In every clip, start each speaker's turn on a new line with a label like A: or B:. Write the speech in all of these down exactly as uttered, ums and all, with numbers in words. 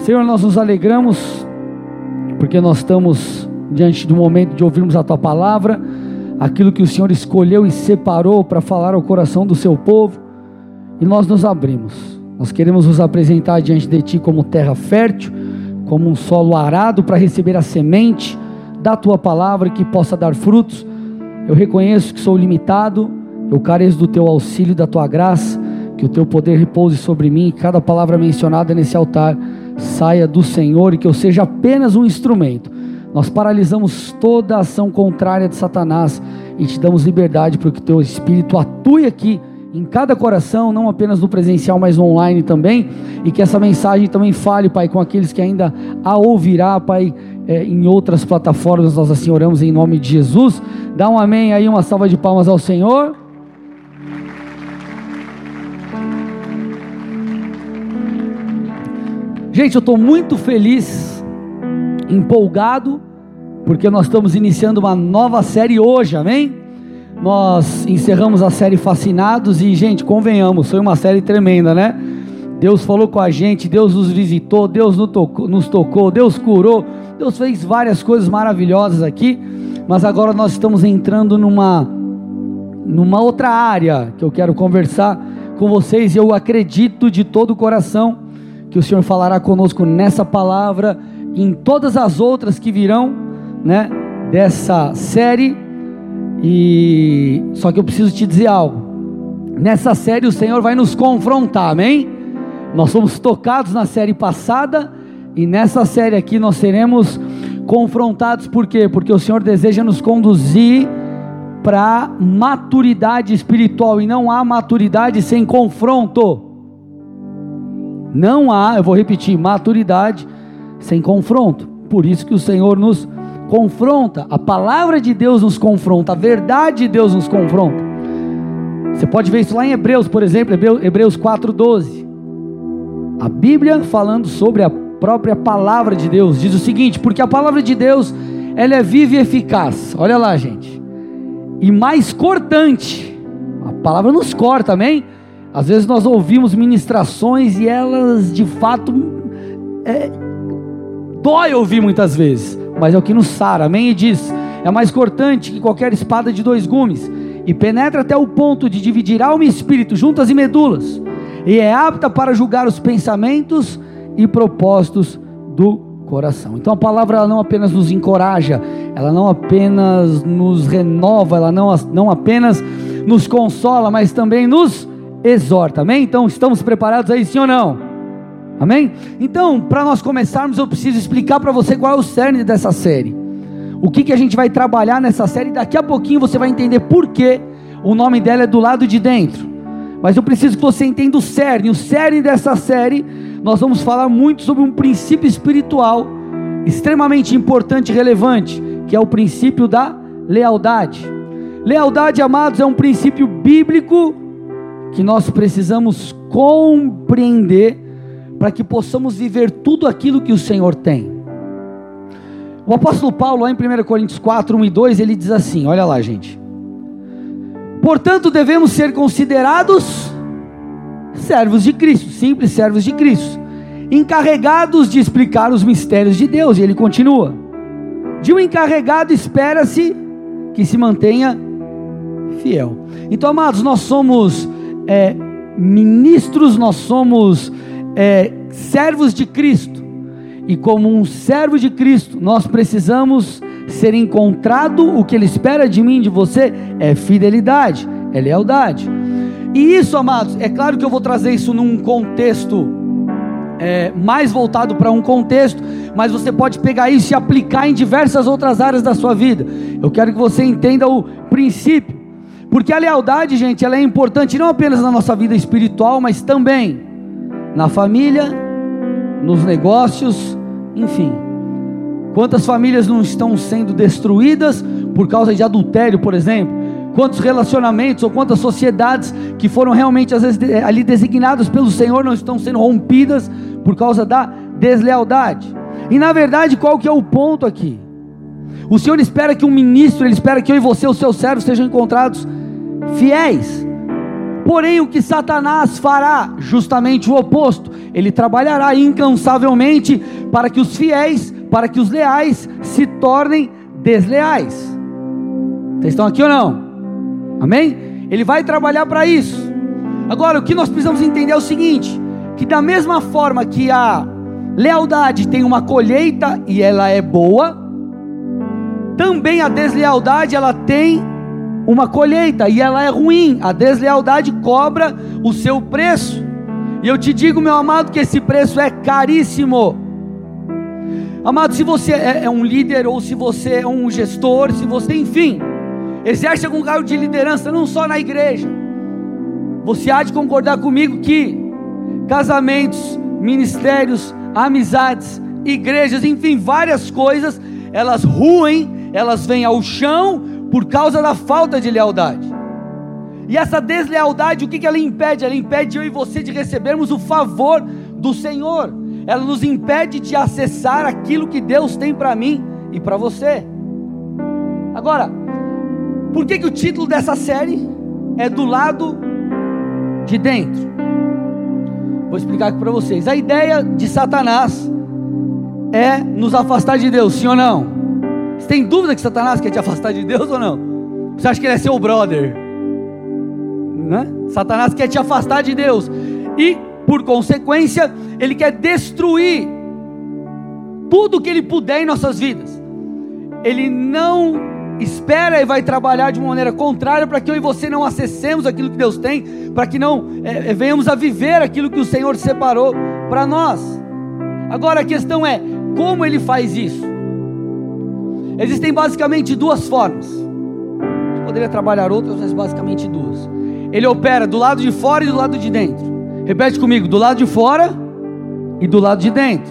A: Senhor, nós nos alegramos, porque nós estamos diante do momento de ouvirmos a Tua palavra, aquilo que o Senhor escolheu e separou para falar ao coração do Seu povo, e nós nos abrimos. Nós queremos nos apresentar diante de Ti como terra fértil, como um solo arado para receber a semente da Tua palavra, que possa dar frutos. Eu reconheço que sou limitado, eu careço do Teu auxílio, da Tua graça, que o Teu poder repouse sobre mim, e cada palavra mencionada nesse altar saia do Senhor, e que eu seja apenas um instrumento. Nós paralisamos toda a ação contrária de Satanás, e Te damos liberdade para que o Teu Espírito atue aqui, em cada coração, não apenas no presencial, mas no online também, e que essa mensagem também fale, Pai, com aqueles que ainda a ouvirá, Pai, é, em outras plataformas. Nós assim oramos em nome de Jesus. Dá um amém aí, uma salva de palmas ao Senhor. Gente, eu estou muito feliz, empolgado, porque nós estamos iniciando uma nova série hoje, amém? Nós encerramos a série Fascinados e, gente, convenhamos, foi uma série tremenda, né? Deus falou com a gente, Deus nos visitou, Deus nos tocou, nos tocou, Deus curou, Deus fez várias coisas maravilhosas aqui, mas agora nós estamos entrando numa, numa outra área que eu quero conversar com vocês, e eu acredito de todo o coração que o Senhor falará conosco nessa palavra e em todas as outras que virão, né, dessa série. E só que eu preciso te dizer algo. Nessa série o Senhor vai nos confrontar, amém? Nós fomos tocados na série passada, e nessa série aqui nós seremos confrontados. Por quê? Porque o Senhor deseja nos conduzir para maturidade espiritual, e não há maturidade sem confronto. Não há, eu vou repetir, maturidade sem confronto. Por isso que o Senhor nos confronta, a palavra de Deus nos confronta, a verdade de Deus nos confronta. Você pode ver isso lá em Hebreus, por exemplo, Hebreus quatro, doze. A Bíblia falando sobre a própria palavra de Deus, diz o seguinte: porque a palavra de Deus, ela é viva e eficaz, olha lá, gente, e mais cortante. A palavra nos corta, amém? Às vezes nós ouvimos ministrações e elas de fato é, dói ouvir muitas vezes, mas é o que nos sara, amém? E diz: é mais cortante que qualquer espada de dois gumes, e penetra até o ponto de dividir alma e espírito, juntas e medulas, e é apta para julgar os pensamentos e propósitos do coração. Então a palavra, ela não apenas nos encoraja, ela não apenas nos renova, ela não, não apenas nos consola, mas também nos exorta, amém? Então estamos preparados aí, sim ou não? Amém? Então, para nós começarmos, eu preciso explicar para você qual é o cerne dessa série, o que, que a gente vai trabalhar nessa série. Daqui a pouquinho você vai entender por que o nome dela é Do Lado de Dentro, mas eu preciso que você entenda o cerne. O cerne dessa série, nós vamos falar muito sobre um princípio espiritual extremamente importante e relevante, que é o princípio da lealdade. Lealdade, amados, é um princípio bíblico que nós precisamos compreender para que possamos viver tudo aquilo que o Senhor tem. O apóstolo Paulo, lá em primeira Coríntios quatro, um e dois, ele diz assim, olha lá, gente: portanto devemos ser considerados servos de Cristo, simples servos de Cristo, encarregados de explicar os mistérios de Deus. E ele continua: de um encarregado espera-se que se mantenha fiel. Então, amados, nós somos é, ministros, nós somos é, servos de Cristo, e como um servo de Cristo, nós precisamos ser encontrado. O que Ele espera de mim, de você, é fidelidade, é lealdade. E isso, amados, é claro que eu vou trazer isso num contexto é, mais voltado para um contexto, mas você pode pegar isso e aplicar em diversas outras áreas da sua vida. Eu quero que você entenda o princípio, porque a lealdade, gente, ela é importante não apenas na nossa vida espiritual, mas também na família, nos negócios, enfim. Quantas famílias não estão sendo destruídas por causa de adultério, por exemplo? Quantos relacionamentos ou quantas sociedades que foram realmente às vezes ali designadas pelo Senhor não estão sendo rompidas por causa da deslealdade? E na verdade, qual que é o ponto aqui? O Senhor espera que um ministro, Ele espera que eu e você, os seus servos, sejam encontrados fiéis. Porém, o que Satanás fará? Justamente o oposto. Ele trabalhará incansavelmente para que os fiéis, para que os leais se tornem desleais. Vocês estão aqui ou não? Amém? Ele vai trabalhar para isso. Agora, o que nós precisamos entender é o seguinte, que da mesma forma que a lealdade tem uma colheita e ela é boa, também a deslealdade ela tem uma colheita e ela é ruim. A deslealdade cobra o seu preço, e eu te digo, meu amado, que esse preço é caríssimo. Amado, se você é, é um líder, ou se você é um gestor, se você, enfim, exerce algum cargo de liderança, não só na igreja, você há de concordar comigo que casamentos, ministérios, amizades, igrejas, enfim, várias coisas, elas ruem, elas vêm ao chão por causa da falta de lealdade. E essa deslealdade, o que, que ela impede? Ela impede eu e você de recebermos o favor do Senhor. Ela nos impede de acessar aquilo que Deus tem para mim e para você. Agora, por que, que o título dessa série é do lado de dentro? Vou explicar aqui para vocês. A ideia de Satanás é nos afastar de Deus, sim ou não? Você tem dúvida que Satanás quer te afastar de Deus ou não? Você acha que ele é seu brother? Né? Satanás quer te afastar de Deus, e por consequência ele quer destruir tudo que ele puder em nossas vidas. Ele não espera e vai trabalhar de uma maneira contrária para que eu e você não acessemos aquilo que Deus tem, para que não é, venhamos a viver aquilo que o Senhor separou para nós. Agora a questão é, como ele faz isso? Existem basicamente duas formas. Eu poderia trabalhar outras, mas basicamente duas. Ele opera do lado de fora e do lado de dentro. Repete comigo, do lado de fora e do lado de dentro.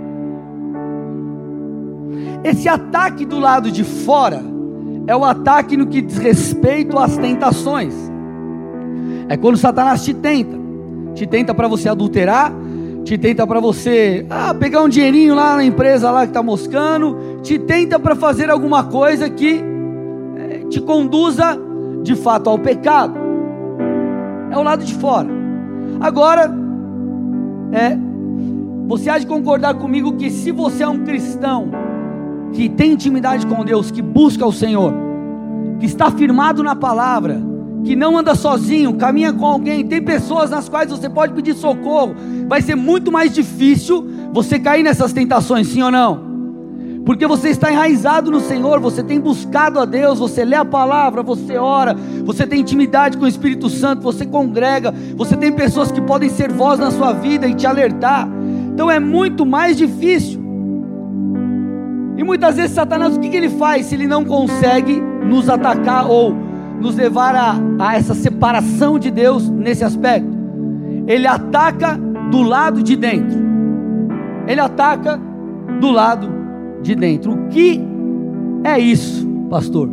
A: Esse ataque do lado de fora é o ataque no que diz respeito às tentações. É quando Satanás te tenta. Te tenta para você adulterar, te tenta para você ah, pegar um dinheirinho lá na empresa lá que está moscando, te tenta para fazer alguma coisa que é, te conduza de fato ao pecado. É o lado de fora. Agora, é, você há de concordar comigo que se você é um cristão que tem intimidade com Deus, que busca o Senhor, que está firmado na palavra, que não anda sozinho, caminha com alguém, tem pessoas nas quais você pode pedir socorro, vai ser muito mais difícil você cair nessas tentações, sim ou não? Porque você está enraizado no Senhor, você tem buscado a Deus, você lê a palavra, você ora, você tem intimidade com o Espírito Santo, você congrega, você tem pessoas que podem ser voz na sua vida e te alertar. Então é muito mais difícil. E muitas vezes Satanás, o que, que ele faz se ele não consegue nos atacar ou nos levar a, a essa separação de Deus nesse aspecto? Ele ataca do lado de dentro. Ele ataca do lado de dentro. O que é isso, pastor?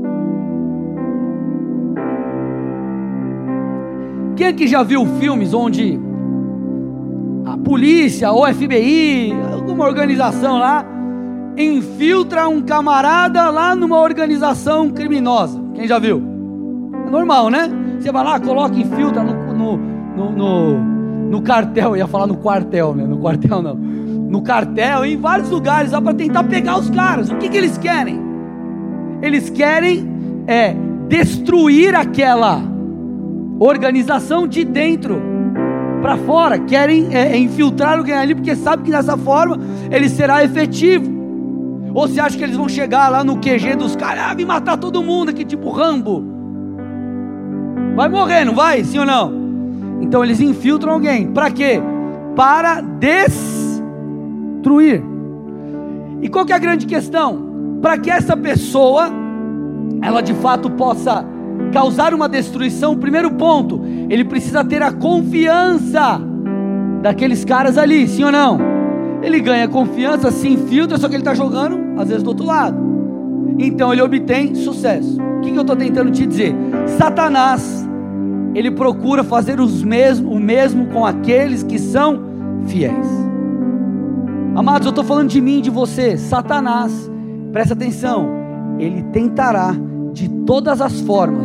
A: Quem aqui já viu filmes onde a polícia, ou F B I, alguma organização lá, infiltra um camarada lá numa organização criminosa? Quem já viu? É normal, né? Você vai lá, coloca, infiltra no, no, no, no, no cartel. Eu ia falar no quartel, né? No quartel não. No cartel, em vários lugares, lá para tentar pegar os caras. O que, que eles querem? Eles querem é, destruir aquela organização de dentro para fora. Querem é, infiltrar alguém ali, porque sabe que dessa forma ele será efetivo. Ou você acha que eles vão chegar lá no Q G dos caras, ah, vem matar todo mundo aqui, tipo Rambo? Vai morrer, não vai? Sim ou não? Então eles infiltram alguém. Para quê? Para destruir. E qual que é a grande questão? Para que essa pessoa, ela de fato possa causar uma destruição, primeiro ponto, ele precisa ter a confiança daqueles caras ali, sim ou não? Ele ganha confiança, se infiltra, só que ele está jogando, às vezes, do outro lado. Então ele obtém sucesso. O que, que eu estou tentando te dizer? Satanás, ele procura fazer os mesmo, o mesmo com aqueles que são fiéis. Amados, eu estou falando de mim e de você. Satanás, presta atenção, ele tentará de todas as formas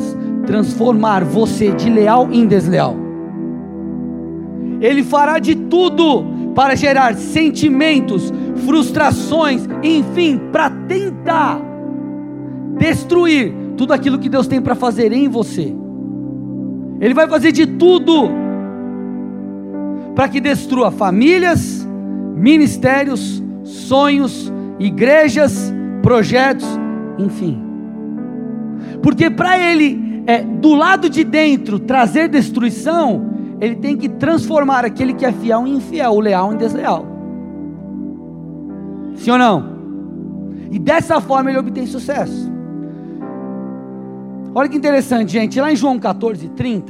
A: transformar você de leal em desleal. Ele fará de tudo para gerar sentimentos, frustrações, enfim, para tentar destruir tudo aquilo que Deus tem para fazer em você. Ele vai fazer de tudo para que destrua famílias, ministérios, sonhos, igrejas, projetos, enfim. Porque para ele, é, do lado de dentro, trazer destruição, ele tem que transformar aquele que é fiel em infiel, o leal em desleal. Sim ou não? E dessa forma ele obtém sucesso. Olha que interessante, gente, lá em João catorze, trinta,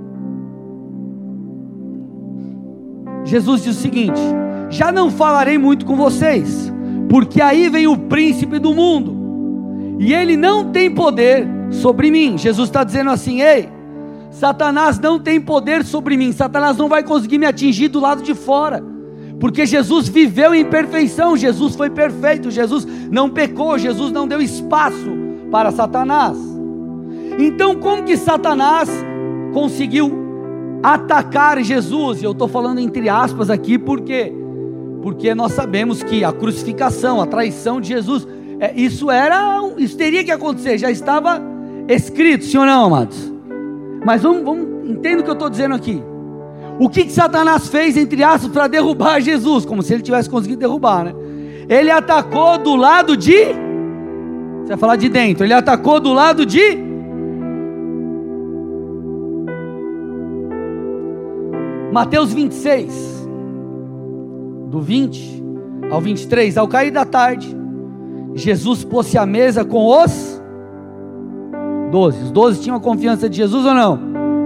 A: Jesus diz o seguinte: já não falarei muito com vocês, porque aí vem o príncipe do mundo, e ele não tem poder sobre mim. Jesus está dizendo assim: ei, Satanás não tem poder sobre mim, Satanás não vai conseguir me atingir do lado de fora, porque Jesus viveu em perfeição, Jesus foi perfeito, Jesus não pecou, Jesus não deu espaço para Satanás. Então como que Satanás conseguiu atacar Jesus? E eu estou falando entre aspas aqui, por quê? Porque nós sabemos que a crucificação, a traição de Jesus, é, isso era, isso teria que acontecer, já estava escrito, sim ou não, amados? Mas vamos, vamos entenda o que eu estou dizendo aqui. O que, que Satanás fez, entre aspas, para derrubar Jesus? Como se ele tivesse conseguido derrubar, né? Ele atacou do lado de, você vai falar de dentro, ele atacou do lado de Mateus vinte e seis, do vinte ao vinte e três, ao cair da tarde, Jesus pôs-se à mesa com os doze, os doze tinham a confiança de Jesus ou não?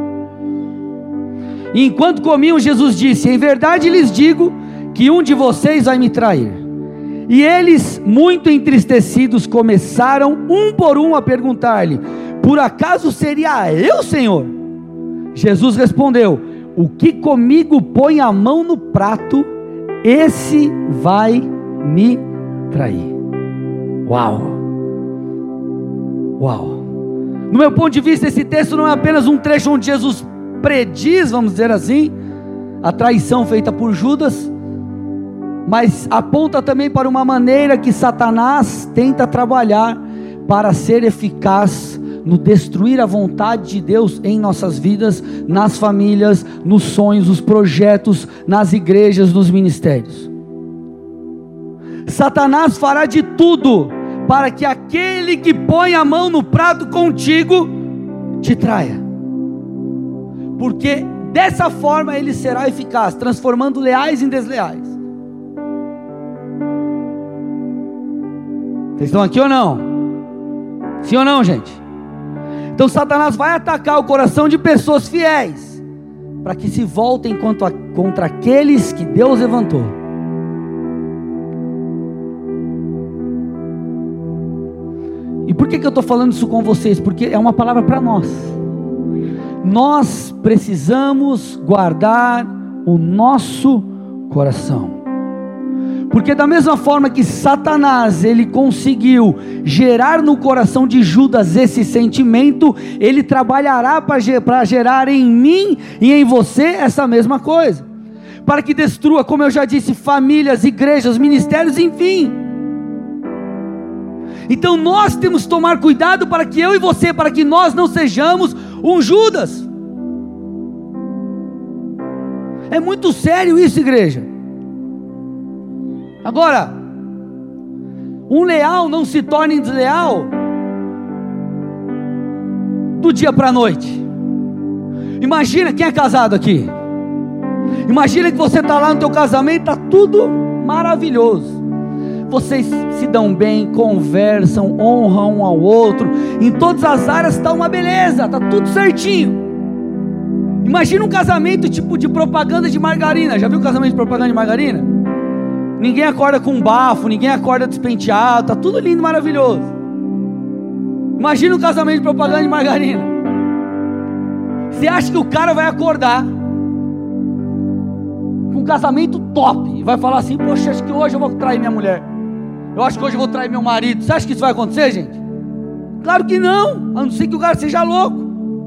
A: E enquanto comiam, Jesus disse: em verdade lhes digo, que um de vocês vai me trair. E eles, muito entristecidos, começaram um por um a perguntar-lhe: por acaso seria eu, Senhor? Jesus respondeu: o que comigo põe a mão no prato, esse vai me trair. Uau! Uau! No meu ponto de vista, esse texto não é apenas um trecho onde Jesus prediz, vamos dizer assim, a traição feita por Judas, mas aponta também para uma maneira que Satanás tenta trabalhar para ser eficaz no destruir a vontade de Deus em nossas vidas, nas famílias, nos sonhos, nos projetos, nas igrejas, nos ministérios. Satanás fará de tudo para que aquele que põe a mão no prato contigo te traia, porque dessa forma ele será eficaz, transformando leais em desleais. Vocês estão aqui ou não? Sim ou não, gente? Então Satanás vai atacar o coração de pessoas fiéis, para que se voltem contra, contra aqueles que Deus levantou. E por que que eu estou falando isso com vocês? Porque é uma palavra para nós. Nós precisamos guardar o nosso coração. Porque da mesma forma que Satanás, ele conseguiu gerar no coração de Judas esse sentimento, ele trabalhará para gerar em mim e em você essa mesma coisa, para que destrua, como eu já disse, famílias, igrejas, ministérios, enfim. Então nós temos que tomar cuidado para que eu e você, para que nós não sejamos um Judas. É muito sério isso, igreja. Agora, um leal não se torna desleal do dia para a noite. Imagina, quem é casado aqui? Imagina que você está lá no teu casamento, está tudo maravilhoso. Vocês se dão bem, conversam, honram um ao outro, em todas as áreas está uma beleza, está tudo certinho. Imagina um casamento tipo de propaganda de margarina. Já viu casamento de propaganda de margarina? Ninguém acorda com um bafo, ninguém acorda despenteado, está tudo lindo, maravilhoso. Imagina um casamento de propaganda de margarina. Você acha que o cara vai acordar com um casamento top e vai falar assim: poxa, acho que hoje eu vou trair minha mulher, eu acho que hoje eu vou trair meu marido? Você acha que isso vai acontecer, gente? Claro que não, a não ser que o cara seja louco.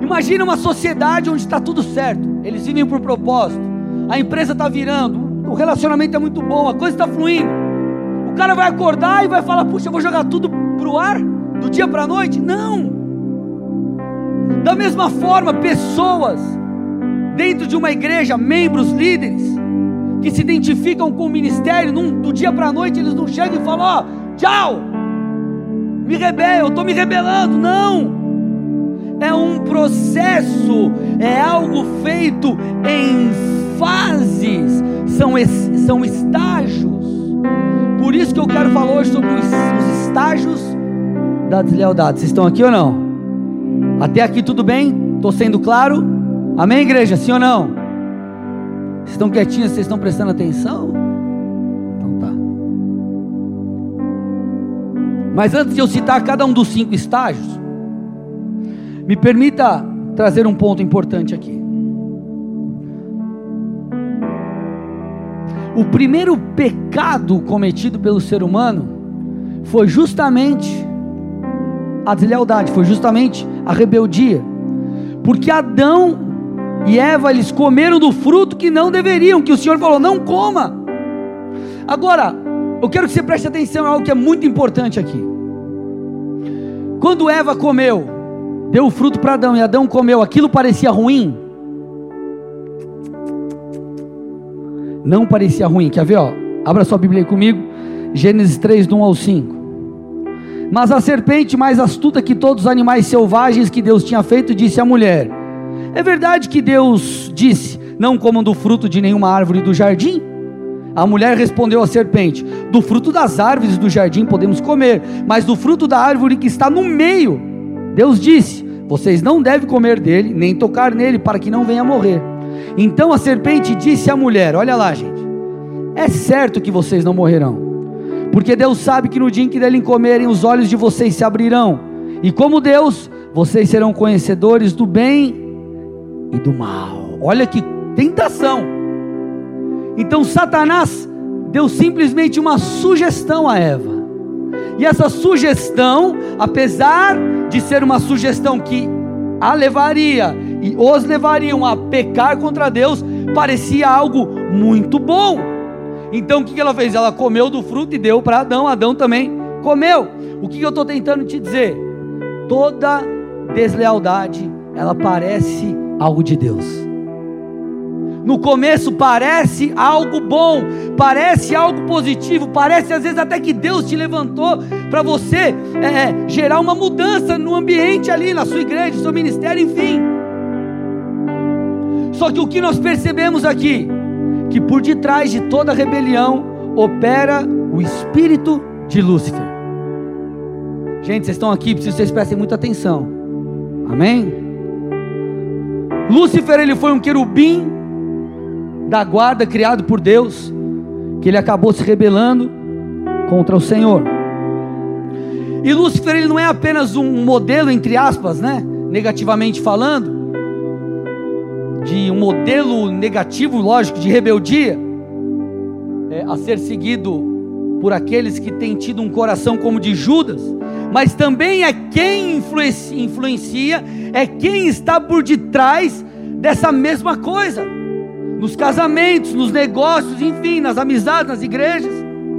A: Imagina uma sociedade onde está tudo certo, eles vivem por propósito, a empresa está virando, o relacionamento é muito bom, a coisa está fluindo. O cara vai acordar e vai falar: puxa, eu vou jogar tudo pro ar, do dia para a noite? Não. Da mesma forma, pessoas dentro de uma igreja, membros, líderes, que se identificam com o ministério, num, do dia para a noite eles não chegam e falam: ó, oh, tchau, me rebelo, eu estou me rebelando. Não, é um processo, é algo feito em fases, são, são estágios. Por isso que eu quero falar hoje sobre os, os estágios da deslealdade. Vocês estão aqui ou não? Até aqui tudo bem? Estou sendo claro? Amém, igreja? Sim ou não? Vocês estão quietinhos? Vocês estão prestando atenção? Então tá. Mas antes de eu citar cada um dos cinco estágios, me permita trazer um ponto importante aqui. O primeiro pecado cometido pelo ser humano foi justamente a deslealdade, foi justamente a rebeldia, porque Adão e Eva, eles comeram do fruto que não deveriam, que o Senhor falou: não coma. Agora, eu quero que você preste atenção em algo que é muito importante aqui. Quando Eva comeu, deu o fruto para Adão, e Adão comeu, aquilo parecia ruim? Não parecia ruim. Quer ver? Ó? Abra sua Bíblia aí comigo, Gênesis três, do um ao cinco. Mas a serpente, mais astuta que todos os animais selvagens que Deus tinha feito, disse à mulher: é verdade que Deus disse: não comam do fruto de nenhuma árvore do jardim? A mulher respondeu à serpente: do fruto das árvores do jardim podemos comer, mas do fruto da árvore que está no meio, Deus disse: vocês não devem comer dele, nem tocar nele, para que não venha a morrer. Então a serpente disse à mulher: olha lá, gente, é certo que vocês não morrerão, porque Deus sabe que no dia em que dele comerem, os olhos de vocês se abrirão, e como Deus, vocês serão conhecedores do bem e do mal. Olha que tentação. Então Satanás deu simplesmente uma sugestão a Eva, e essa sugestão, apesar de ser uma sugestão que a levaria e os levariam a pecar contra Deus, parecia algo muito bom. Então o que ela fez? Ela comeu do fruto e deu para Adão, Adão também comeu. O que eu estou tentando te dizer? Toda deslealdade, ela parece algo de Deus. No começo parece algo bom, parece algo positivo, parece às vezes até que Deus te levantou para você é, gerar uma mudança no ambiente ali, na sua igreja, no seu ministério, enfim. Só que o que nós percebemos aqui, que por detrás de toda rebelião opera o espírito de Lúcifer. Gente, vocês estão aqui, preciso que vocês prestem muita atenção. Amém? Lúcifer, ele foi um querubim da guarda criado por Deus, que ele acabou se rebelando contra o Senhor. E Lúcifer, ele não é apenas um modelo, entre aspas, né, negativamente falando, de um modelo negativo, lógico, de rebeldia, é, a ser seguido por aqueles que têm tido um coração como de Judas, mas também é quem influencia, influencia é quem está por detrás dessa mesma coisa, nos casamentos, nos negócios, enfim, nas amizades, nas igrejas.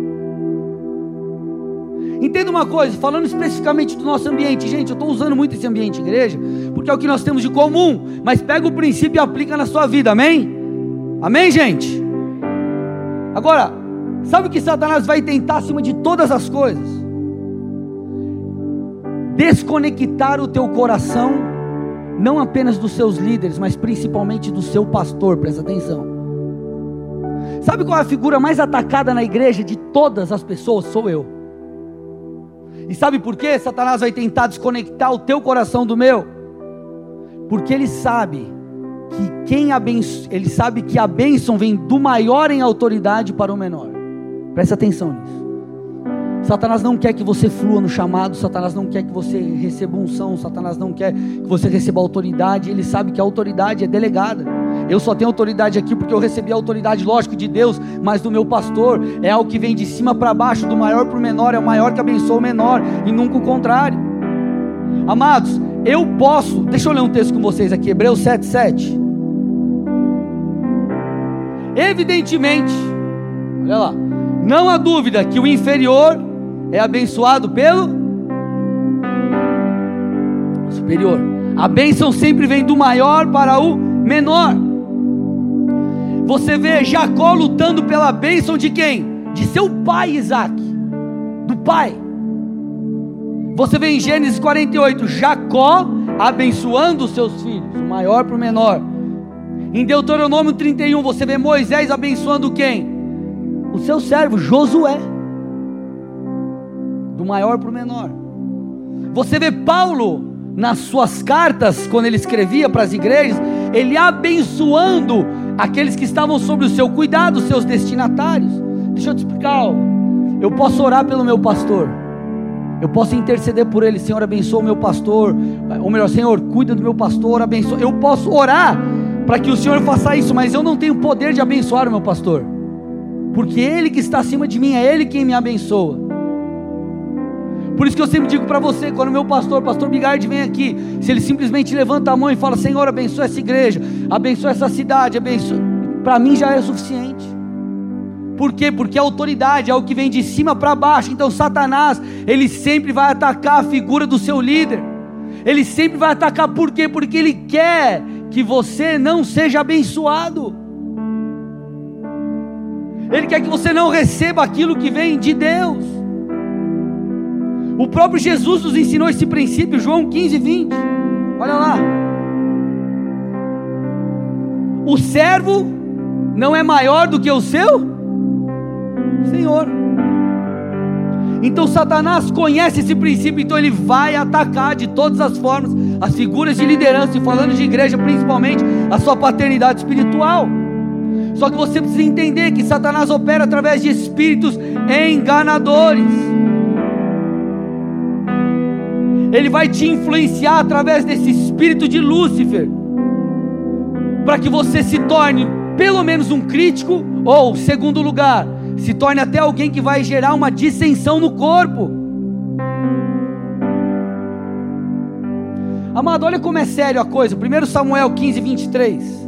A: Entenda uma coisa, falando especificamente do nosso ambiente, gente, eu estou usando muito esse ambiente de igreja, porque é o que nós temos de comum, mas pega o princípio e aplica na sua vida, amém? Amém, gente? Agora, sabe o que Satanás vai tentar acima de todas as coisas? Desconectar o teu coração, não apenas dos seus líderes, mas principalmente do seu pastor, presta atenção. Sabe qual é a figura mais atacada na igreja de todas as pessoas? Sou eu. E sabe por quê? Satanás vai tentar desconectar o teu coração do meu, porque ele sabe que quem abenço... ele sabe que a bênção vem do maior em autoridade para o menor. Presta atenção nisso. Satanás não quer que você flua no chamado, Satanás não quer que você receba unção, Satanás não quer que você receba autoridade. Ele sabe que a autoridade é delegada. Eu só tenho autoridade aqui porque eu recebi a autoridade, lógico, de Deus, mas do meu pastor. É algo que vem de cima para baixo, do maior para o menor. É o maior que abençoa o menor, e nunca o contrário. Amados, eu posso, deixa eu ler um texto com vocês aqui, Hebreus sete, sete. Evidentemente, olha lá, não há dúvida que o inferior é abençoado pelo superior. A bênção sempre vem do maior para o menor. Você vê Jacó lutando pela bênção de quem? De seu pai Isaac, do pai. Você vê em Gênesis quarenta e oito, Jacó abençoando os seus filhos, o maior para o menor. Em Deuteronômio trinta e um, você vê Moisés abençoando quem? O seu servo, Josué, do maior para o menor. Você vê Paulo, nas suas cartas, quando ele escrevia para as igrejas, ele abençoando aqueles que estavam sob o seu cuidado, os seus destinatários. Deixa eu te explicar algo. Eu posso orar pelo meu pastor, eu posso interceder por ele. Senhor, abençoa o meu pastor, ou melhor, Senhor, cuida do meu pastor, abençoa. Eu posso orar para que o Senhor faça isso, mas eu não tenho poder de abençoar o meu pastor, porque Ele que está acima de mim, é Ele quem me abençoa. Por isso que eu sempre digo para você, quando o meu pastor, pastor Bigard, vem aqui, se ele simplesmente levanta a mão e fala: Senhor, abençoa essa igreja, abençoa essa cidade, abençoa, para mim já é suficiente. Por quê? Porque a autoridade é o que vem de cima para baixo. Então Satanás, ele sempre vai atacar a figura do seu líder, ele sempre vai atacar. Por quê? Porque ele quer que você não seja abençoado, ele quer que você não receba aquilo que vem de Deus. O próprio Jesus nos ensinou esse princípio, João quinze, vinte, olha lá. O servo não é maior do que o seu Senhor. Então Satanás conhece esse princípio, então ele vai atacar de todas as formas as figuras de liderança, e falando de igreja principalmente, a sua paternidade espiritual. Só que você precisa entender que Satanás opera através de espíritos enganadores. Ele vai te influenciar através desse espírito de Lúcifer, para que você se torne pelo menos um crítico, ou, segundo lugar, se torne até alguém que vai gerar uma dissensão no corpo. Amado, olha como é sério a coisa. primeiro Samuel quinze, vinte e três.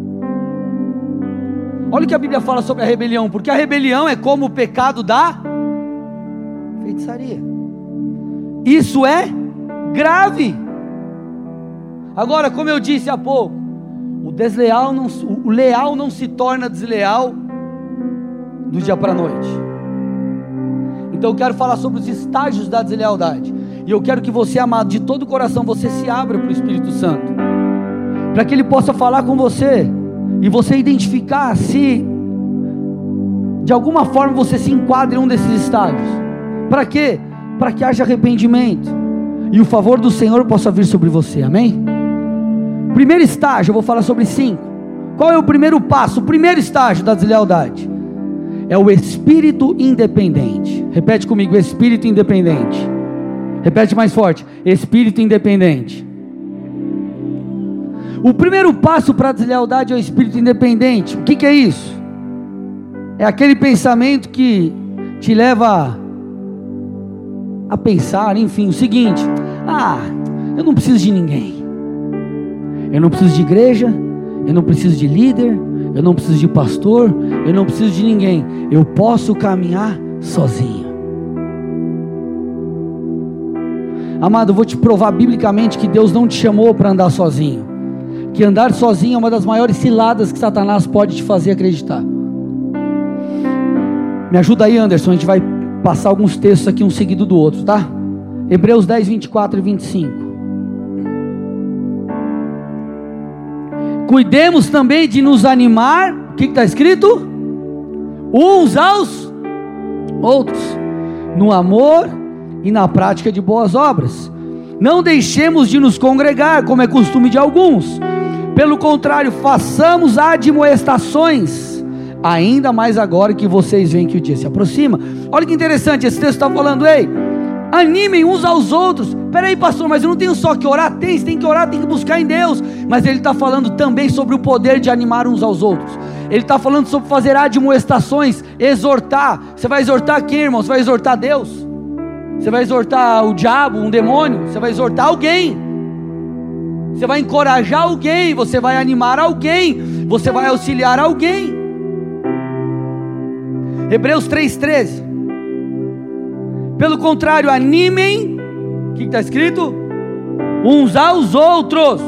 A: Olha o que a Bíblia fala sobre a rebelião, porque a rebelião é como o pecado da feitiçaria. Isso é grave. Agora, como eu disse há pouco, o desleal não, o leal não se torna desleal do dia para a noite. Então eu quero falar sobre os estágios da deslealdade, e eu quero que você, amado, de todo o coração, você se abra para o Espírito Santo, para que Ele possa falar com você, e você identificar se de alguma forma você se enquadra em um desses estágios. Para quê? Para que haja arrependimento, e o favor do Senhor possa vir sobre você, amém? Primeiro estágio, eu vou falar sobre cinco. Qual é o primeiro passo? O primeiro estágio da deslealdade é o espírito independente. Repete comigo: espírito independente. Repete mais forte: espírito independente. O primeiro passo para a deslealdade é o espírito independente. O que, que é isso? É aquele pensamento que te leva a pensar, enfim, o seguinte: ah, eu não preciso de ninguém, eu não preciso de igreja, eu não preciso de líder, eu não preciso de pastor, eu não preciso de ninguém, eu posso caminhar sozinho. Amado, eu vou te provar biblicamente que Deus não te chamou para andar sozinho, que andar sozinho é uma das maiores ciladas que Satanás pode te fazer acreditar. Me ajuda aí, Anderson, a gente vai passar alguns textos aqui um seguido do outro, tá? Hebreus dez, vinte e quatro e vinte e cinco. Cuidemos também de nos animar, o que está escrito? Uns aos outros, no amor e na prática de boas obras. Não deixemos de nos congregar, como é costume de alguns. Pelo contrário, façamos admoestações, ainda mais agora que vocês veem que o dia se aproxima. Olha que interessante, esse texto está falando: ei, animem uns aos outros. Peraí, pastor, mas eu não tenho só que orar? Tem, você tem que orar, tem que buscar em Deus. Mas ele está falando também sobre o poder de animar uns aos outros. Ele está falando sobre fazer admoestações, exortar. Você vai exortar quem, irmão? Você vai exortar Deus? Você vai exortar o diabo, um demônio? Você vai exortar alguém? você vai encorajar alguém, você vai animar alguém, você vai auxiliar alguém. Hebreus três, treze. Pelo contrário, animem, o que está escrito? Uns aos outros,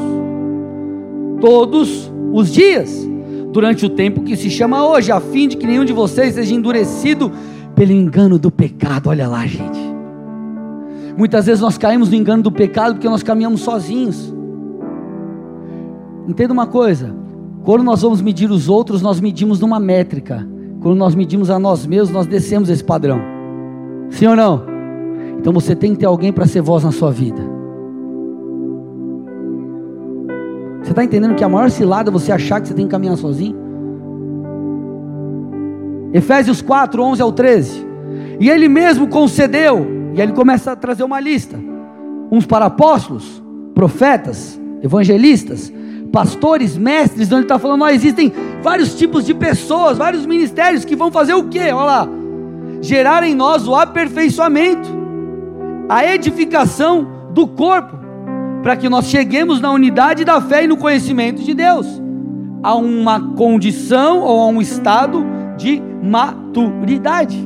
A: todos os dias, durante o tempo que se chama hoje, a fim de que nenhum de vocês seja endurecido pelo engano do pecado. Olha lá, gente, muitas vezes nós caímos no engano do pecado porque nós caminhamos sozinhos. Entenda uma coisa, quando nós vamos medir os outros, nós medimos numa métrica. Quando nós medimos a nós mesmos, nós descemos esse padrão. Sim ou não? Então você tem que ter alguém para ser voz na sua vida. Você está entendendo que a maior cilada é você achar que você tem que caminhar sozinho? Efésios quatro, onze ao treze. E ele mesmo concedeu, e ele começa a trazer uma lista: uns para apóstolos, profetas, evangelistas, pastores, mestres. Onde ele está falando, ó, existem vários tipos de pessoas, vários ministérios que vão fazer o quê? Olha lá, gerar em nós o aperfeiçoamento, a edificação do corpo, para que nós cheguemos na unidade da fé e no conhecimento de Deus, a uma condição ou a um estado de maturidade.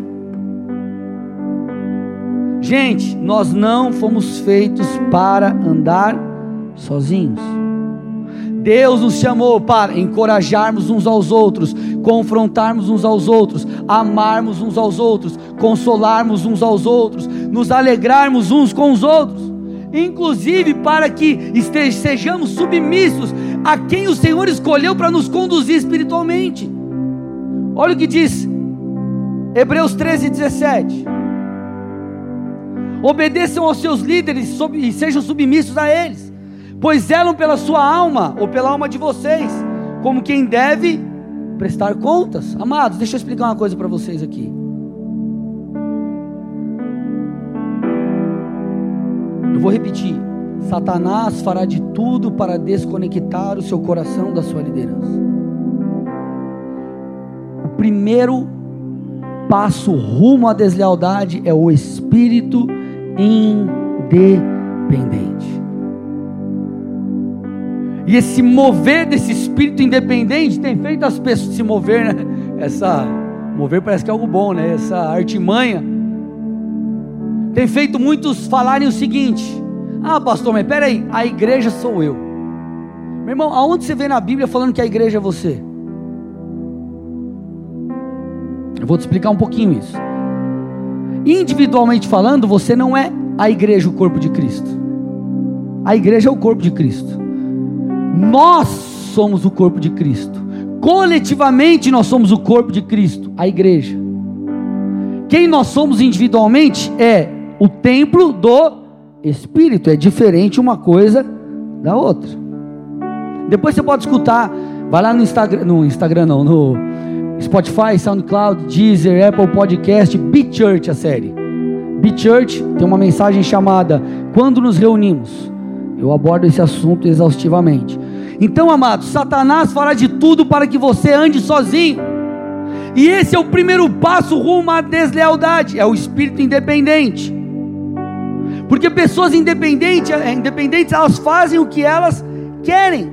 A: Gente, nós não fomos feitos para andar sozinhos. Deus nos chamou para encorajarmos uns aos outros, confrontarmos uns aos outros, amarmos uns aos outros, consolarmos uns aos outros, nos alegrarmos uns com os outros, inclusive para que estejamos, sejamos submissos a quem o Senhor escolheu para nos conduzir espiritualmente. Olha o que diz Hebreus treze, dezessete. Obedeçam aos seus líderes e sejam submissos a eles, pois zelam pela sua alma, ou pela alma de vocês, como quem deve prestar contas. Amados, deixa eu explicar uma coisa para vocês aqui. Eu vou repetir: Satanás fará de tudo para desconectar o seu coração da sua liderança. O primeiro passo rumo à deslealdade é o espírito independente. E esse mover desse espírito independente tem feito as pessoas se mover, né? Essa mover parece que é algo bom, né? Essa artimanha tem feito muitos falarem o seguinte: ah, pastor, mas peraí, a igreja sou eu. Meu irmão, aonde você vê na Bíblia falando que a igreja é você? Eu vou te explicar um pouquinho isso. Individualmente falando, você não é a igreja, o corpo de Cristo. A igreja é o corpo de Cristo. Nós somos o corpo de Cristo. Coletivamente nós somos o corpo de Cristo, a igreja. Quem nós somos individualmente é o templo do Espírito. É diferente uma coisa da outra. Depois você pode escutar, vai lá no Instagram, no Instagram não, no Spotify, SoundCloud, Deezer, Apple Podcast, Be Church, a série Be Church tem uma mensagem chamada Quando Nos Reunimos. Eu abordo esse assunto exaustivamente. Então, amados, Satanás fará de tudo para que você ande sozinho. E esse é o primeiro passo rumo à deslealdade, é o espírito independente. Porque pessoas independentes, independentes, elas fazem o que elas querem.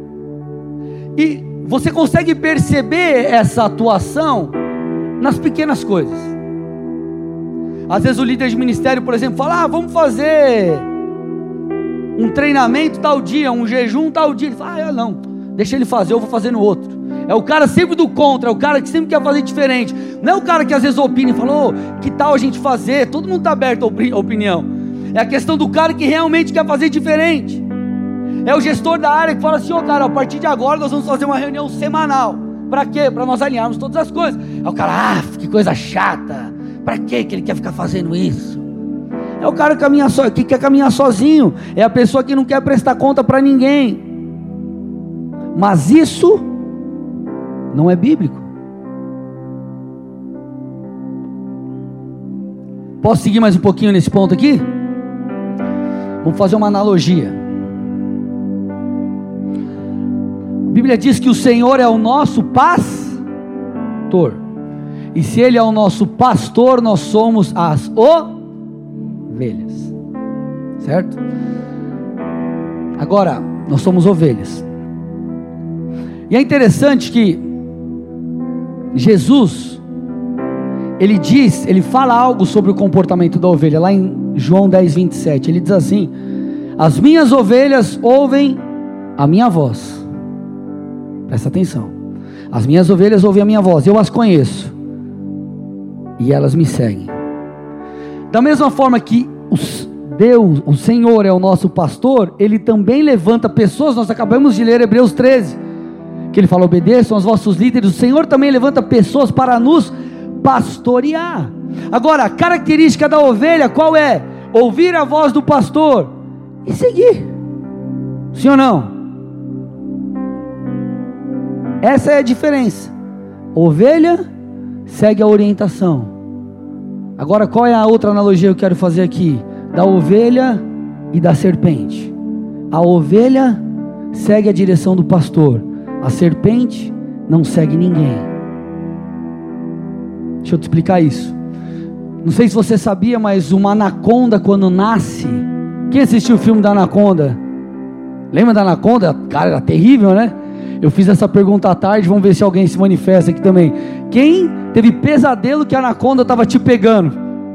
A: E você consegue perceber essa atuação nas pequenas coisas. Às vezes o líder de ministério, por exemplo, fala: ah, vamos fazer um treinamento tal dia, um jejum tal dia. Ele fala: ah, não, deixa ele fazer, eu vou fazer no outro. É o cara sempre do contra, é o cara que sempre quer fazer diferente. Não é o cara que às vezes opina e fala: oh, que tal a gente fazer? Todo mundo está aberto à opinião. É a questão do cara que realmente quer fazer diferente. É o gestor da área que fala assim: ó, oh, cara, a partir de agora nós vamos fazer uma reunião semanal. Para quê? Para nós alinharmos todas as coisas. Aí o cara: ah, que coisa chata. Para que que ele quer ficar fazendo isso? É o cara que, caminha so, que quer caminhar sozinho. É a pessoa que não quer prestar conta para ninguém. Mas isso não é bíblico. Posso seguir mais um pouquinho nesse ponto aqui? Vamos fazer uma analogia. A Bíblia diz que o Senhor é o nosso pastor. E se Ele é o nosso pastor, nós somos as ovelhas. Certo? Agora, Nós somos ovelhas. E é interessante que Jesus, ele diz, ele fala algo sobre o comportamento da ovelha, lá em João dez, vinte e sete, ele diz assim: as minhas ovelhas ouvem a minha voz. Presta atenção. As minhas ovelhas ouvem a minha voz, eu as conheço, e elas me seguem. Da mesma forma que os Deus, o Senhor é o nosso pastor, Ele também levanta pessoas. Nós acabamos de ler Hebreus treze, que Ele fala: obedeçam aos vossos líderes. O Senhor também levanta pessoas para nos pastorear. Agora, a característica da ovelha qual é? Ouvir a voz do pastor e seguir. Sim ou não? Essa é a diferença. Ovelha segue a orientação. Agora, qual é a outra analogia que eu quero fazer aqui? Da ovelha e da serpente. A ovelha segue a direção do pastor, a serpente não segue ninguém. Deixa eu te explicar isso. Não sei se você sabia, mas uma anaconda, quando nasce, quem assistiu o filme da anaconda? Lembra da anaconda? Cara, era terrível, né? Eu fiz essa pergunta à tarde, vamos ver se alguém se manifesta aqui também. Quem teve pesadelo que a anaconda estava te pegando?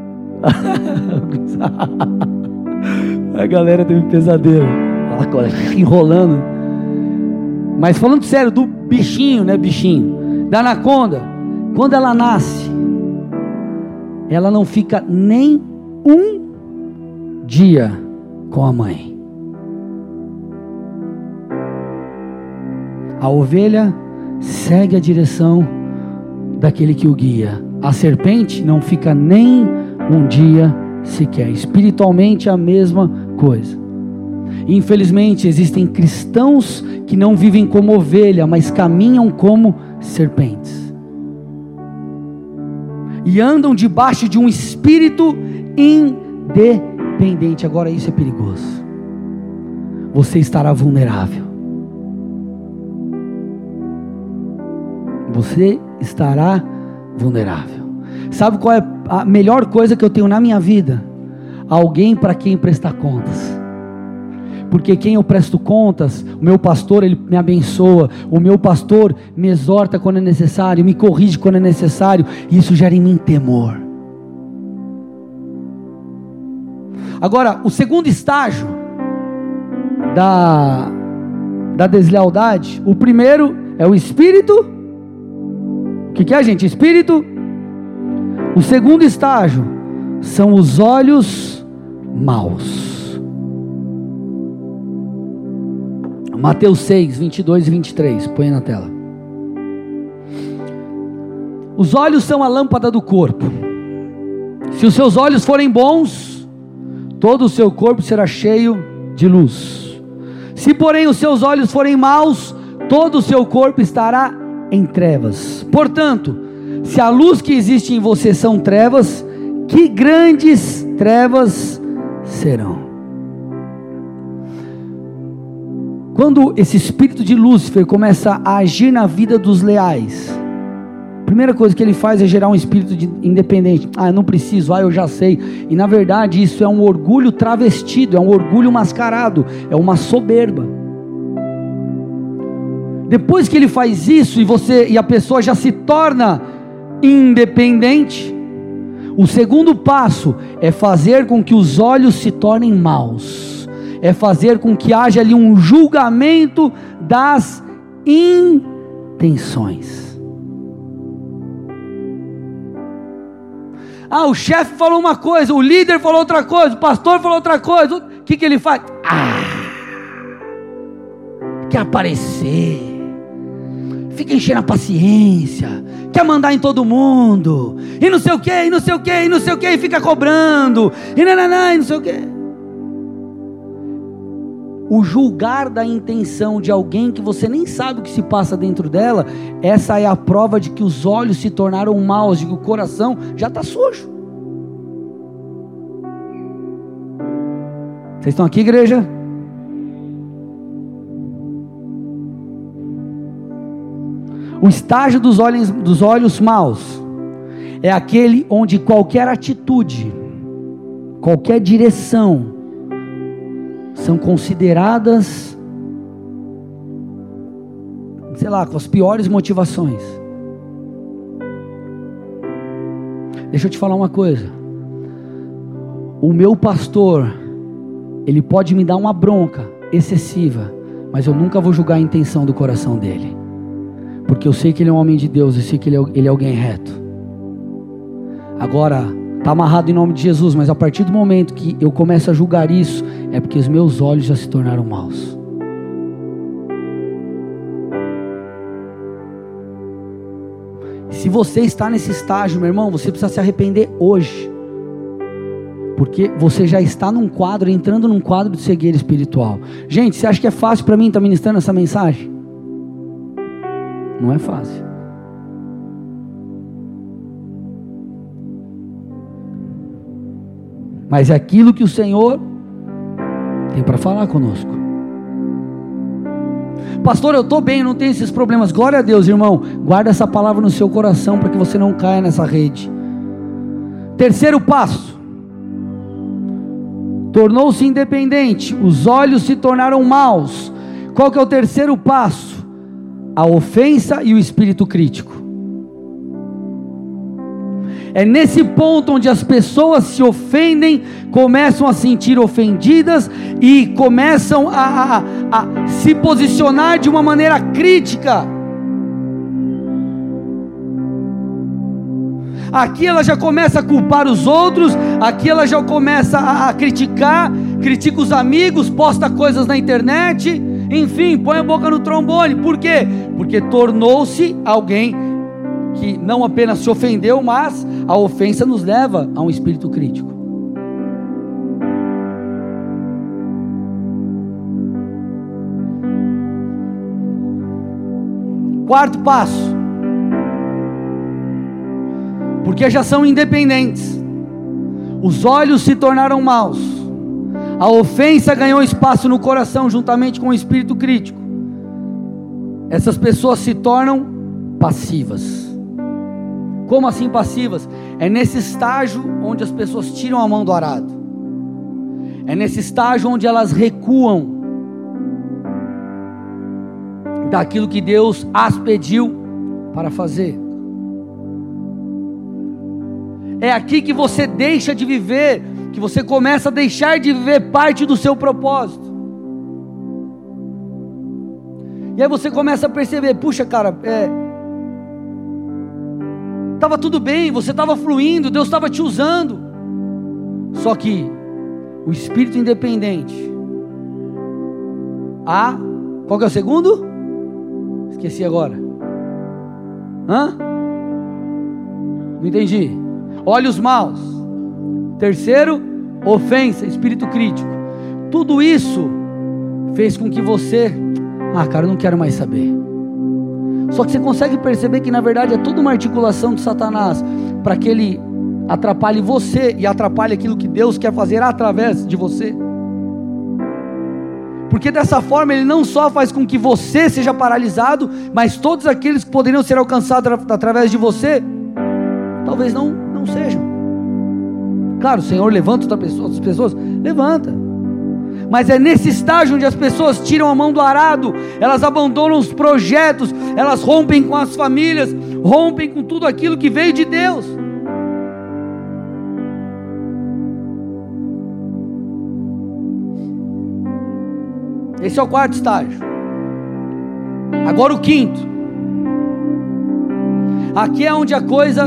A: A galera teve pesadelo, enrolando. Mas falando sério, do bichinho, né, bichinho, da anaconda, quando ela nasce, ela não fica nem um dia com a mãe. A ovelha segue a direção daquele que o guia. A serpente não fica nem um dia sequer. Espiritualmente é a mesma coisa. Infelizmente existem cristãos que não vivem como ovelha, mas caminham como serpentes. E andam debaixo de um espírito independente. Agora isso é perigoso. Você estará vulnerável. Você estará vulnerável. Sabe qual é a melhor coisa que eu tenho na minha vida? Alguém para quem prestar contas. Porque quem eu presto contas, o meu pastor, ele me abençoa, o meu pastor me exorta quando é necessário, me corrige quando é necessário, e isso gera em mim temor. Agora, o segundo estágio da, da deslealdade, o primeiro é o espírito. O que, que é, gente? Espírito. O segundo estágio são os olhos maus. Mateus seis, vinte e dois e vinte e três, põe na tela. Os olhos são a lâmpada do corpo. Se os seus olhos forem bons, todo o seu corpo será cheio de luz. Se porém os seus olhos forem maus, todo o seu corpo estará em trevas. Portanto, se a luz que existe em você são trevas, que grandes trevas serão. Quando esse espírito de Lúcifer começa a agir na vida dos leais, a primeira coisa que ele faz é gerar um espírito de independente. Ah, eu não preciso, ah, eu já sei. E na verdade isso é um orgulho travestido, é um orgulho mascarado, é uma soberba. Depois que ele faz isso e você e a pessoa já se torna independente, o segundo passo é fazer com que os olhos se tornem maus, é fazer com que haja ali um julgamento das intenções. Ah, o chefe falou uma coisa, o líder falou outra coisa, o pastor falou outra coisa. O que, que ele faz? Ah, quer aparecer, fica enchendo a paciência, quer mandar em todo mundo, e não sei o que, e não sei o que, e não sei o que, e fica cobrando, e nananã, e não sei o que. O julgar da intenção de alguém que você nem sabe o que se passa dentro dela, essa é a prova de que os olhos se tornaram maus, de que o coração já está sujo. Vocês estão aqui, igreja? O estágio dos olhos, dos olhos maus é aquele onde qualquer atitude, qualquer direção são consideradas sei lá, com as piores motivações. Deixa eu te falar uma coisa. O meu pastor, ele pode me dar uma bronca excessiva, mas eu nunca vou julgar a intenção do coração dele, porque eu sei que ele é um homem de Deus, eu sei que ele é, ele é alguém reto. Agora, está amarrado em nome de Jesus, mas a partir do momento que eu começo a julgar isso, é porque os meus olhos já se tornaram maus. Se você está nesse estágio, meu irmão, você precisa se arrepender hoje, porque você já está num quadro, entrando num quadro de cegueira espiritual. Gente, você acha que é fácil para mim estar ministrando essa mensagem? Não é fácil. Mas é aquilo que o Senhor tem para falar conosco. Pastor, eu estou bem, não tenho esses problemas. Glória a Deus, irmão. Guarda essa palavra no seu coração para que você não caia nessa rede. Terceiro passo. Tornou-se independente. Os olhos se tornaram maus. Qual que é o terceiro passo? A ofensa e o espírito crítico. É nesse ponto onde as pessoas se ofendem, começam a se sentir ofendidas e começam a, a, a se posicionar de uma maneira crítica. Aqui ela já começa a culpar os outros, aqui ela já começa a, a criticar, critica os amigos, posta coisas na internet, enfim, põe a boca no trombone. Por quê? Porque tornou-se alguém que não apenas se ofendeu, mas a ofensa nos leva a um espírito crítico. Quarto passo. Porque já são independentes, os olhos se tornaram maus, a ofensa ganhou espaço no coração juntamente com o espírito crítico. Essas pessoas se tornam passivas. Como assim passivas? É nesse estágio onde as pessoas tiram a mão do arado, é nesse estágio onde elas recuam daquilo que Deus as pediu para fazer. É aqui que você deixa de viver, que você começa a deixar de viver parte do seu propósito. E aí você começa a perceber, puxa cara, é, estava tudo bem, você estava fluindo, Deus estava te usando. Só que o espírito independente, a, qual que é o segundo? Esqueci agora. Hã? Não entendi. Olhos maus. Terceiro, ofensa, espírito crítico. Tudo isso fez com que você, ah cara, eu não quero mais saber. Só que você consegue perceber que na verdade é toda uma articulação de Satanás para que ele atrapalhe você e atrapalhe aquilo que Deus quer fazer através de você. Porque dessa forma ele não só faz com que você seja paralisado, mas todos aqueles que poderiam ser alcançados através de você, talvez não, não sejam. Claro, o Senhor levanta outras pessoas, outras pessoas, levanta. Mas é nesse estágio onde as pessoas tiram a mão do arado, elas abandonam os projetos, elas rompem com as famílias, rompem com tudo aquilo que veio de Deus. Esse é o quarto estágio. Agora o quinto. Aqui é onde a coisa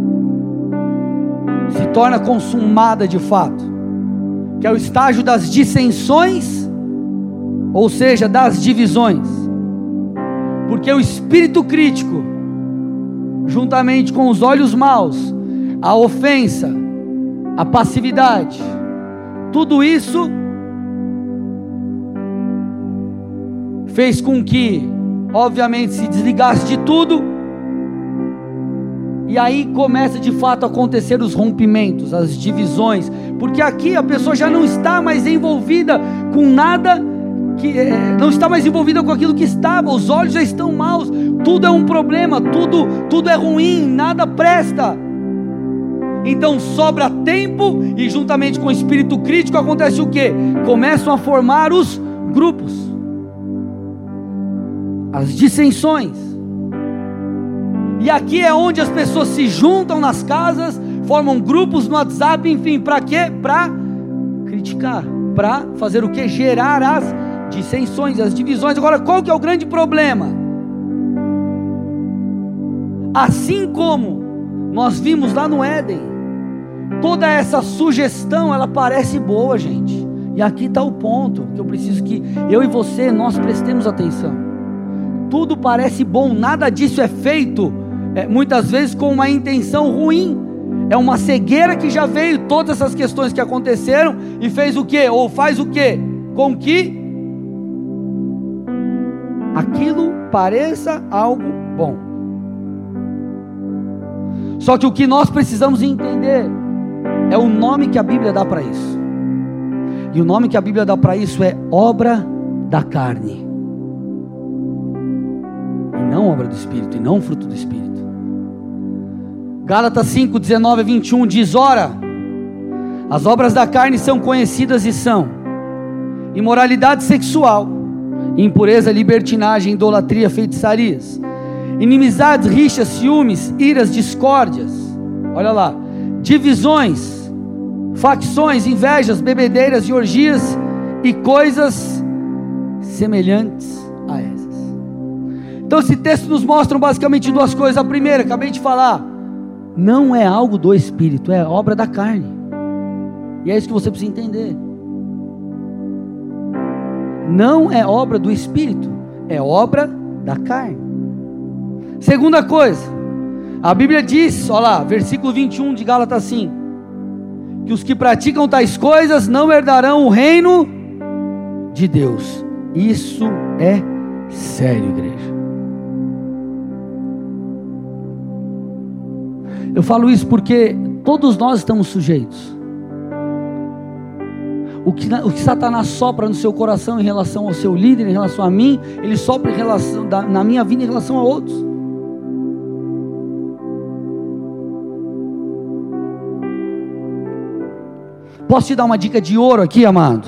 A: se torna consumada de fato, que é o estágio das dissensões, ou seja, das divisões. Porque o espírito crítico, juntamente com os olhos maus, a ofensa, a passividade, tudo isso fez com que, obviamente, se desligasse de tudo, e aí começa de fato a acontecer os rompimentos, as divisões, porque aqui a pessoa já não está mais envolvida com nada, que é, não está mais envolvida com aquilo que estava, os olhos já estão maus, tudo é um problema, tudo, tudo é ruim, nada presta. Então sobra tempo, e juntamente com o espírito crítico acontece o quê? Começam a formar os grupos. as dissensões. E aqui é onde as pessoas se juntam nas casas, formam grupos no WhatsApp, enfim, para quê? Para criticar, para fazer o quê? Gerar as dissensões, as divisões. Agora, qual que é o grande problema? Assim como nós vimos lá no Éden, toda essa sugestão, ela parece boa, gente, e aqui está o ponto, que eu preciso que eu e você, nós prestemos atenção. Tudo parece bom, nada disso é feito, é, muitas vezes com uma intenção ruim, é uma cegueira que já veio, todas essas questões que aconteceram, e fez o quê? Ou faz o quê? Com que aquilo pareça algo bom. Só que o que nós precisamos entender é o nome que a Bíblia dá para isso. E o nome que a Bíblia dá para isso é obra da carne, e não obra do Espírito, e não fruto do Espírito. Gálatas cinco, dezenove a vinte e um diz: ora, as obras da carne são conhecidas e são imoralidade sexual, impureza, libertinagem, idolatria, feitiçarias, inimizades, rixas, ciúmes, iras, discórdias, olha lá, divisões, facções, invejas, bebedeiras e orgias e coisas semelhantes a essas. Então esse texto nos mostra basicamente duas coisas. A primeira, acabei de falar, não é algo do Espírito, é obra da carne, e é isso que você precisa entender. Não é obra do Espírito, é obra da carne. Segunda coisa, a Bíblia diz, olha lá, versículo vinte e um de Gálatas cinco, que os que praticam tais coisas não herdarão o reino de Deus. Isso é sério, igreja. Eu falo isso porque todos nós estamos sujeitos. O que, o que Satanás sopra no seu coração em relação ao seu líder, em relação a mim, ele sopra em relação, da, na minha vida em relação a outros. Posso te dar uma dica de ouro aqui, amado?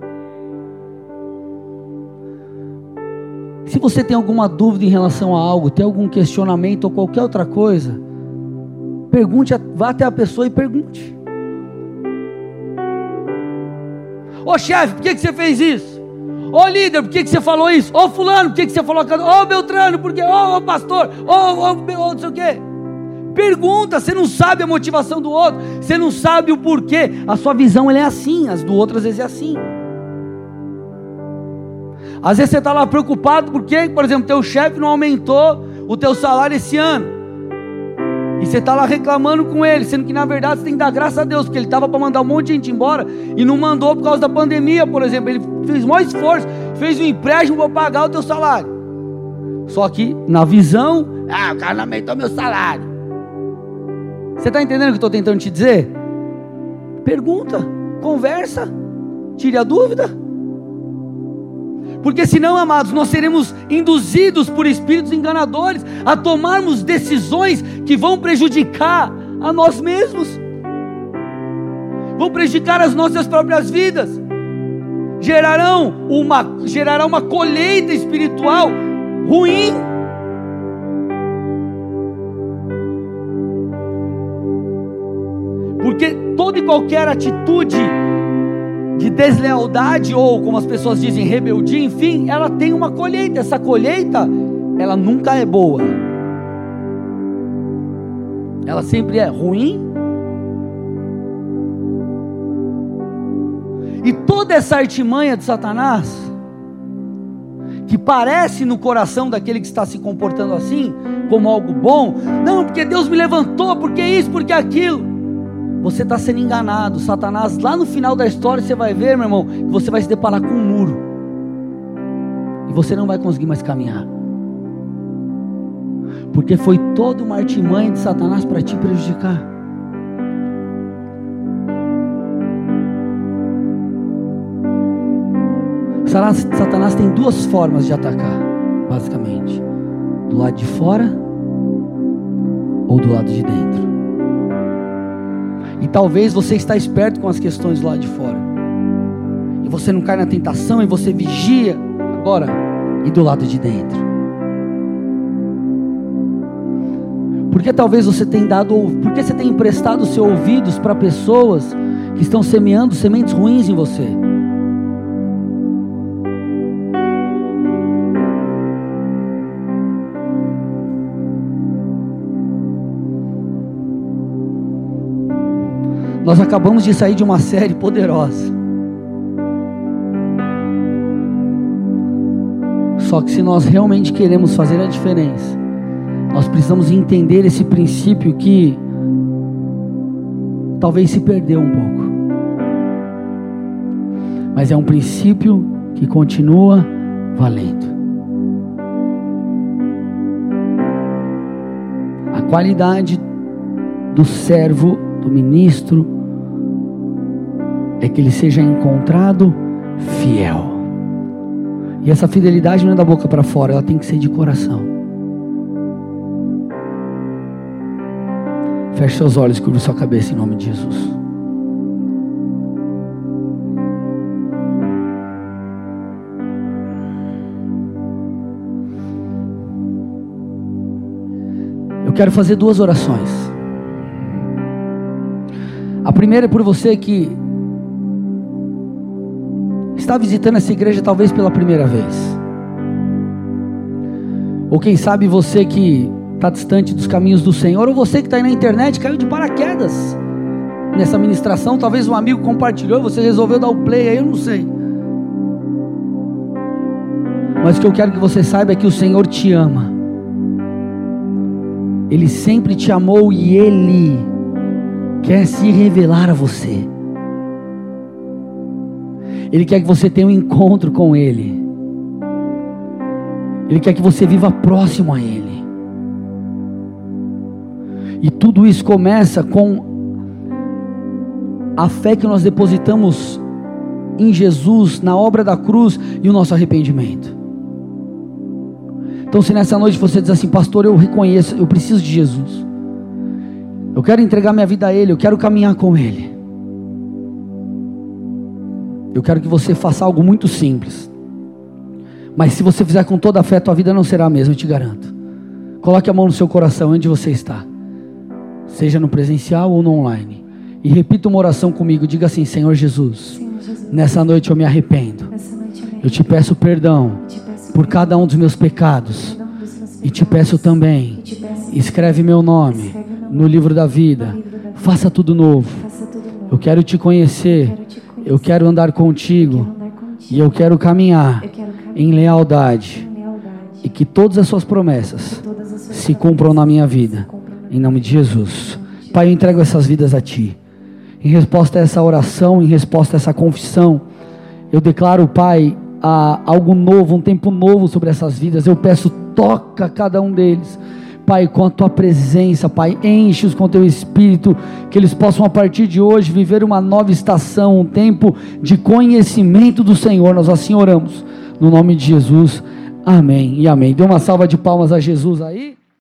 A: Se você tem alguma dúvida em relação a algo, tem algum questionamento ou qualquer outra coisa, pergunte, vá até a pessoa e pergunte. Ô chefe, por que, que você fez isso? Ô líder, por que, que você falou isso? Ô fulano, por que, que você falou aquilo? Ô Beltrano, por que? Ô, ô pastor, ô, ô, ô, não sei o quê. Pergunta, você não sabe a motivação do outro, você não sabe o porquê, a sua visão ela é assim, as do outro às vezes é assim. Às vezes você está lá preocupado porque, por exemplo, teu chefe não aumentou o teu salário esse ano, e você está lá reclamando com ele, sendo que na verdade você tem que dar graças a Deus, porque ele estava para mandar um monte de gente embora, e não mandou por causa da pandemia, por exemplo. Ele fez o maior esforço, fez um empréstimo para pagar o teu salário, só que na visão, ah, o cara não aumentou meu salário. Você está entendendo o que eu estou tentando te dizer? Pergunta, conversa, tire a dúvida, porque senão, amados, nós seremos induzidos por espíritos enganadores a tomarmos decisões que vão prejudicar a nós mesmos, vão prejudicar as nossas próprias vidas, gerarão uma, gerará uma colheita espiritual ruim. Porque toda e qualquer atitude de deslealdade, ou como as pessoas dizem, rebeldia, enfim, ela tem uma colheita. Essa colheita, ela nunca é boa, ela sempre é ruim. E toda essa artimanha de Satanás, que parece no coração daquele que está se comportando assim, como algo bom, não, porque Deus me levantou, porque isso, porque aquilo, você está sendo enganado. Satanás, lá no final da história, você vai ver, meu irmão, que você vai se deparar com um muro, e você não vai conseguir mais caminhar, porque foi toda uma artimanha de Satanás para te prejudicar. Satanás tem duas formas de atacar, basicamente: do lado de fora ou do lado de dentro. E talvez você está esperto com as questões do lado de fora, e você não cai na tentação, e você vigia. Agora, e do lado de dentro? Porque talvez você tenha dado, porque você tem emprestado seus ouvidos para pessoas que estão semeando sementes ruins em você. Nós acabamos de sair de uma série poderosa. Só que se nós realmente queremos fazer a diferença, nós precisamos entender esse princípio que talvez se perdeu um pouco. Mas é um princípio que continua valendo. A qualidade do servo, do ministro, é que ele seja encontrado fiel. E essa fidelidade não é da boca para fora, ela tem que ser de coração. Feche seus olhos e curva sua cabeça em nome de Jesus. Eu quero fazer duas orações. A primeira é por você que está visitando essa igreja talvez pela primeira vez. Ou quem sabe você que está distante dos caminhos do Senhor, ou você que está aí na internet, caiu de paraquedas nessa ministração, talvez um amigo compartilhou, você resolveu dar o play aí, eu não sei. Mas o que eu quero que você saiba é que o Senhor te ama. Ele sempre te amou e Ele quer se revelar a você. Ele quer que você tenha um encontro com Ele. Ele quer que você viva próximo a Ele. E tudo isso começa com a fé que nós depositamos em Jesus, na obra da cruz e o nosso arrependimento. Então se nessa noite você diz assim: pastor, eu reconheço, eu preciso de Jesus, eu quero entregar minha vida a Ele, eu quero caminhar com Ele, eu quero que você faça algo muito simples, mas se você fizer com toda a fé, tua vida não será a mesma, eu te garanto. Coloque a mão no seu coração onde você está, seja no presencial ou no online, e repita uma oração comigo. Diga assim: Senhor Jesus, Senhor Jesus, nessa noite eu me arrependo, noite eu, me arrependo. Eu te peço perdão te peço por cada um dos meus pecados, um dos meus pecados e te peço também, te peço, escreve meu nome, escreve meu nome no livro da vida, livro da vida. Faça, tudo novo. Faça tudo novo. Eu quero te conhecer, eu quero, te conhecer. Eu quero andar contigo, eu quero andar contigo. E eu quero caminhar, eu quero caminhar em, lealdade, em lealdade, e que todas as suas promessas todas as suas se cumpram na minha vida. Em nome de Jesus. Pai, eu entrego essas vidas a Ti. Em resposta a essa oração, em resposta a essa confissão, eu declaro, Pai, a, algo novo, um tempo novo sobre essas vidas. Eu peço, toca cada um deles, Pai, com a Tua presença, Pai, enche-os com Teu Espírito, que eles possam a partir de hoje viver uma nova estação, um tempo de conhecimento do Senhor. Nós assim oramos, no nome de Jesus, amém e amém. Dê uma salva de palmas a Jesus aí.